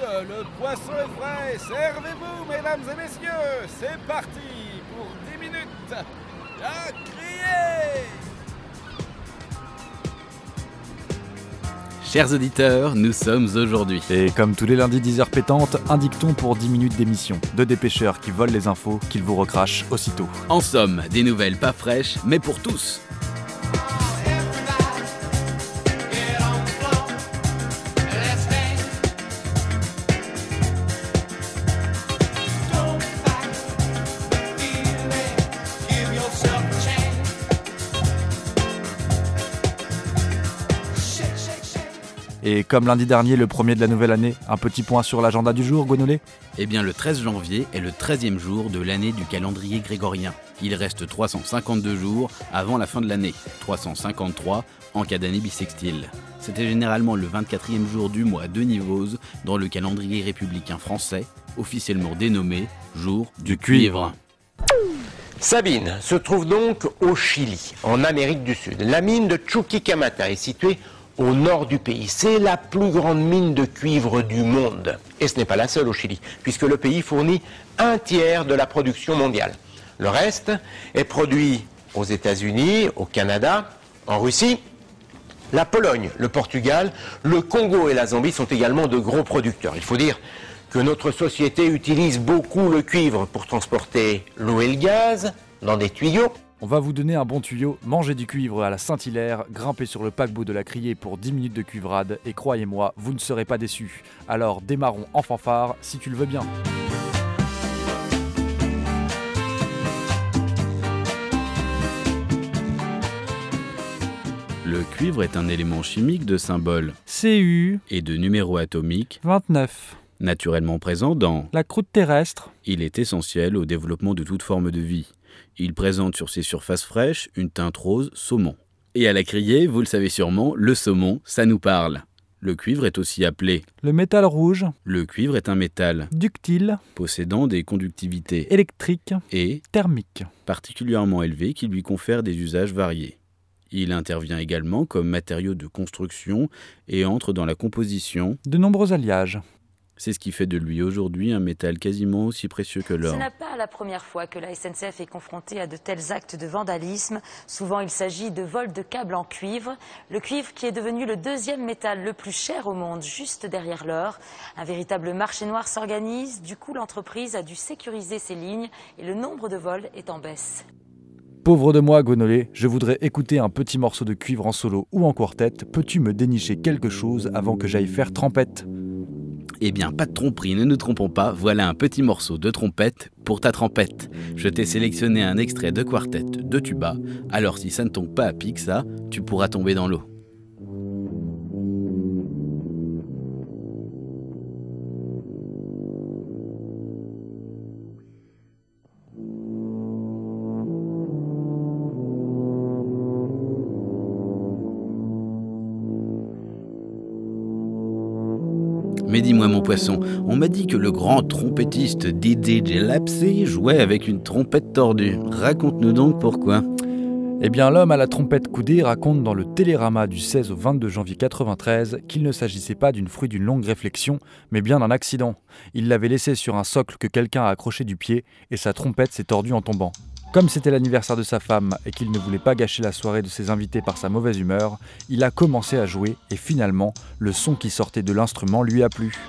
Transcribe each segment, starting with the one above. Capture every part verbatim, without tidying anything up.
le poisson est frais, servez-vous mesdames et messieurs, c'est parti pour dix minutes à crier. Chers auditeurs, nous sommes aujourd'hui. Et comme tous les lundis dix heures pétantes, un dicton pour dix minutes d'émission. Deux dépêcheurs qui volent les infos, qu'ils vous recrachent aussitôt. En somme, des nouvelles pas fraîches, mais pour tous. Et comme lundi dernier, le premier de la nouvelle année, un petit point sur l'agenda du jour, Gonolé ? Eh bien, le treize janvier est le treizième jour de l'année du calendrier grégorien. Il reste trois cent cinquante-deux jours avant la fin de l'année, trois cent cinquante-trois en cas d'année bissextile. C'était généralement le vingt-quatrième jour du mois de Nivose dans le calendrier républicain français, officiellement dénommé Jour du cuivre. Sabine se trouve donc au Chili, en Amérique du Sud. La mine de Chuquicamata est située au nord du pays. C'est la plus grande mine de cuivre du monde. Et ce n'est pas la seule au Chili, puisque le pays fournit un tiers de la production mondiale. Le reste est produit aux États-Unis, au Canada, en Russie. La Pologne, le Portugal, le Congo et la Zambie sont également de gros producteurs. Il faut dire que notre société utilise beaucoup le cuivre pour transporter l'eau et le gaz dans des tuyaux. On va vous donner un bon tuyau, mangez du cuivre à la Saint-Hilaire, grimpez sur le paquebot de la Criée pour dix minutes de cuivrade, et croyez-moi, vous ne serez pas déçus. Alors démarrons en fanfare, si tu le veux bien. Le cuivre est un élément chimique de symbole C U et de numéro atomique vingt-neuf. Naturellement présent dans La croûte terrestre. Il est essentiel au développement de toute forme de vie. Il présente sur ses surfaces fraîches une teinte rose saumon. Et à la criée, vous le savez sûrement, le saumon, ça nous parle. Le cuivre est aussi appelé Le métal rouge. Le cuivre est un métal Ductile. possédant des conductivités Électrique. et Thermique. particulièrement élevées qui lui confèrent des usages variés. Il intervient également comme matériau de construction et entre dans la composition. De nombreux alliages. C'est ce qui fait de lui aujourd'hui un métal quasiment aussi précieux que l'or. Ce n'est pas la première fois que la S N C F est confrontée à de tels actes de vandalisme. Souvent, il s'agit de vols de câbles en cuivre. Le cuivre qui est devenu le deuxième métal le plus cher au monde, juste derrière l'or. Un véritable marché noir s'organise. Du coup, l'entreprise a dû sécuriser ses lignes et le nombre de vols est en baisse. Pauvre de moi, Gonolé, je voudrais écouter un petit morceau de cuivre en solo ou en quartet. Peux-tu me dénicher quelque chose avant que j'aille faire trempette ? Eh bien, pas de tromperie, ne nous trompons pas, voilà un petit morceau de trompette pour ta trempette. Je t'ai sélectionné un extrait de quartet de tuba, alors si ça ne tombe pas à pic ça, tu pourras tomber dans l'eau. Mais dis-moi mon poisson, on m'a dit que le grand trompettiste Didi Gillespie jouait avec une trompette tordue. Raconte-nous donc pourquoi. Eh bien, l'homme à la trompette coudée raconte dans le Télérama du seize au vingt-deux janvier quatre-vingt-treize qu'il ne s'agissait pas d'une fruit d'une longue réflexion, mais bien d'un accident. Il l'avait laissé sur un socle que quelqu'un a accroché du pied et sa trompette s'est tordue en tombant. Comme c'était l'anniversaire de sa femme et qu'il ne voulait pas gâcher la soirée de ses invités par sa mauvaise humeur, il a commencé à jouer et finalement, le son qui sortait de l'instrument lui a plu.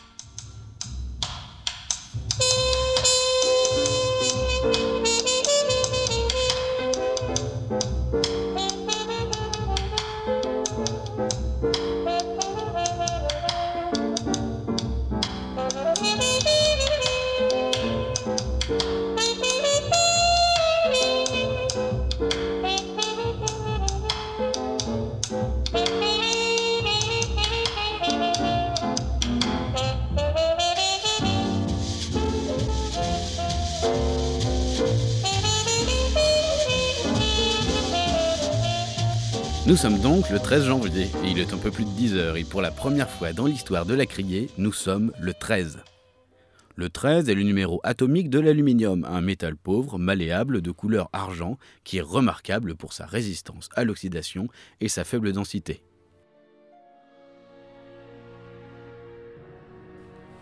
Nous sommes donc le treize janvier et il est un peu plus de dix heures et pour la première fois dans l'histoire de la criée, nous sommes le treize. Le treize est le numéro atomique de l'aluminium, un métal pauvre, malléable, de couleur argent, qui est remarquable pour sa résistance à l'oxydation et sa faible densité.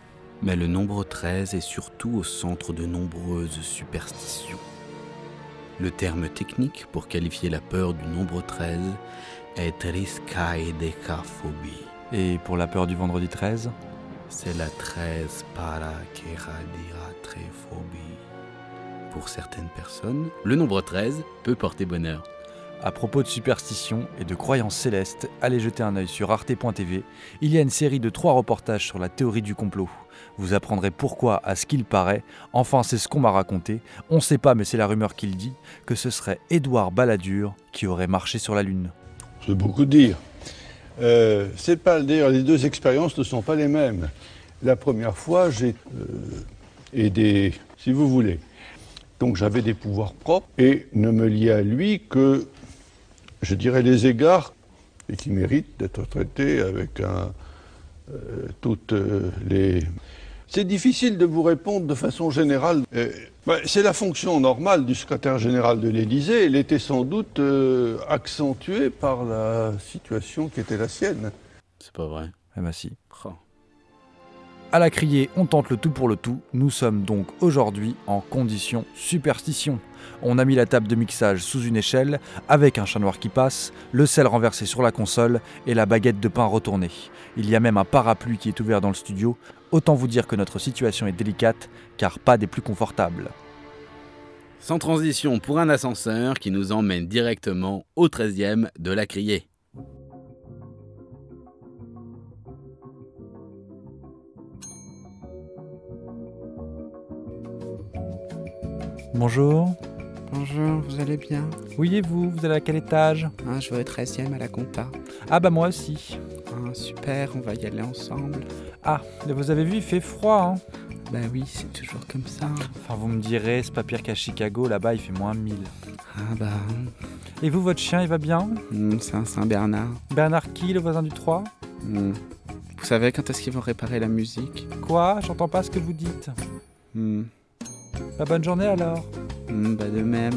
Mais le nombre treize est surtout au centre de nombreuses superstitions. Le terme technique pour qualifier la peur du nombre treize est triskaidekaphobie. Et pour la peur du vendredi treize ? C'est la treize parakeradiratrophobie. Pour certaines personnes, le nombre treize peut porter bonheur. À propos de superstitions et de croyances célestes, allez jeter un œil sur arte point t v. Il y a une série de trois reportages sur la théorie du complot. Vous apprendrez pourquoi, à ce qu'il paraît, enfin c'est ce qu'on m'a raconté, on sait pas mais c'est la rumeur qui le dit, que ce serait Édouard Balladur qui aurait marché sur la Lune. C'est beaucoup dire. Euh, c'est pas dire, les deux expériences ne sont pas les mêmes. La première fois, j'ai euh, aidé, si vous voulez. Donc j'avais des pouvoirs propres et ne me liais à lui que, je dirais, les égards et qui méritent d'être traités avec un, euh, toutes euh, les... C'est difficile de vous répondre de façon générale. Euh, bah, c'est la fonction normale du secrétaire général de l'Élysée. Elle était sans doute euh, accentuée par la situation qui était la sienne. C'est pas vrai. Eh ben si. Oh. À la criée, on tente le tout pour le tout. Nous sommes donc aujourd'hui en condition superstition. On a mis la table de mixage sous une échelle, avec un chat noir qui passe, le sel renversé sur la console et la baguette de pain retournée. Il y a même un parapluie qui est ouvert dans le studio. Autant vous dire que notre situation est délicate, car pas des plus confortables. Sans transition pour un ascenseur qui nous emmène directement au treizième de la criée. Bonjour. Bonjour, vous allez bien? Oui et vous, vous allez à quel étage? Ah, je vais au treizième à la compta. Ah bah moi aussi. Ah, super, on va y aller ensemble. Ah, vous avez vu, il fait froid, hein? Bah oui, c'est toujours comme ça. Enfin, vous me direz, c'est pas pire qu'à Chicago, là-bas il fait moins mille. Ah bah... Et vous, votre chien, il va bien? Mmh, c'est un Saint-Bernard. Bernard qui, le voisin du trois? Mmh. Vous savez quand est-ce qu'ils vont réparer la musique? Quoi? J'entends pas ce que vous dites. Mmh. Bah, bonne journée alors. Mmh, bah de même.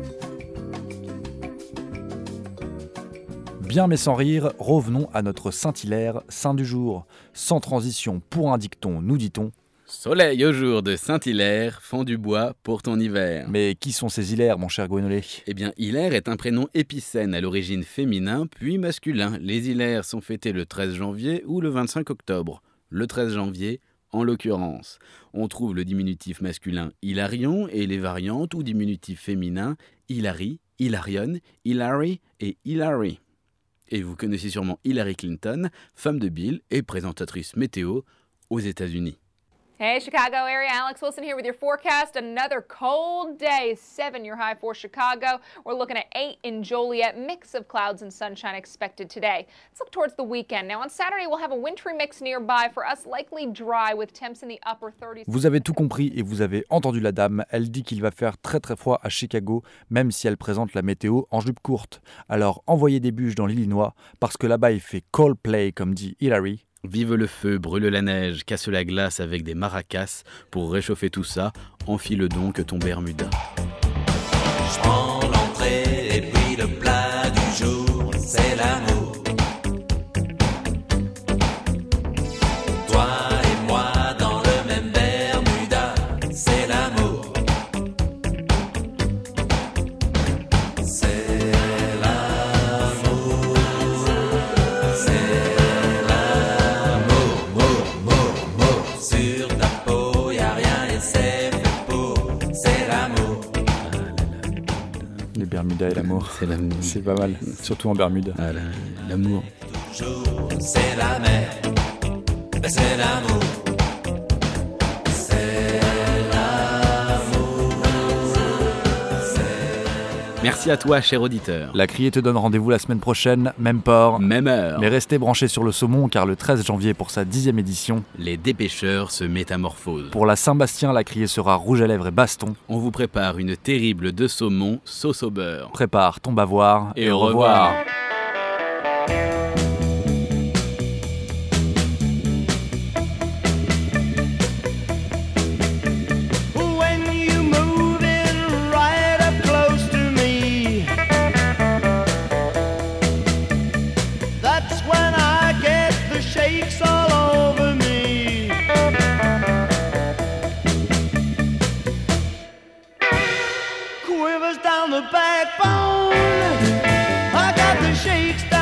Bien mais sans rire, revenons à notre Saint-Hilaire, saint du jour. Sans transition pour un dicton, nous dit-on. Soleil au jour de Saint-Hilaire, fend du bois pour ton hiver. Mais qui sont ces hilaires, mon cher Gwénolé? Eh bien, Hilaire est un prénom épicène à l'origine féminin puis masculin. Les hilaires sont fêtés le treize janvier ou le vingt-cinq octobre. Le treize janvier, en l'occurrence, on trouve le diminutif masculin Hilarion et les variantes ou diminutifs féminins Hilary, Hilarion, Hilary et Hilary. Et vous connaissez sûrement Hillary Clinton, femme de Bill et présentatrice météo aux États-Unis. Hey, Chicago area, Alex Wilson here with your forecast. Another cold day, seven your high for Chicago. We're looking at eight in Joliet, mix of clouds and sunshine expected today. Let's look towards the weekend. Now on Saturday, we'll have a wintry mix nearby for us, likely dry with temps in the upper thirties. Vous avez tout compris et vous avez entendu la dame. Elle dit qu'il va faire très très froid à Chicago, même si elle présente la météo en jupe courte. Alors envoyez des bûches dans l'Illinois, parce que là-bas il fait Coldplay, comme dit Hillary. Vive le feu, brûle la neige, casse la glace avec des maracas. Pour réchauffer tout ça, enfile donc ton Bermuda. Je prends l'entrée et puis le plat du jour, c'est l'amour. Toi et moi dans le même Bermuda, c'est l'amour. C'est l'amour. C'est sur ta peau, y a rien et c'est fait pour, c'est l'amour. Les Bermudas et l'amour. C'est l'amour. C'est pas mal, surtout en Bermuda. Ah, la, l'amour. Toujours, c'est la mer, c'est l'amour. C'est l'amour. C'est... Merci à toi, cher auditeur. La criée te donne rendez-vous la semaine prochaine, même port. Même heure. Mais restez branchés sur le saumon car le treize janvier pour sa dixième édition, Les dépêcheurs se métamorphosent. pour la Saint-Bastien, la criée sera rouge à lèvres et baston. On vous prépare une terrible de saumon sauce au beurre. Prépare ton bavoir Et au revoir. When you move in right up close to me, that's when I get the shakes all over me. shakes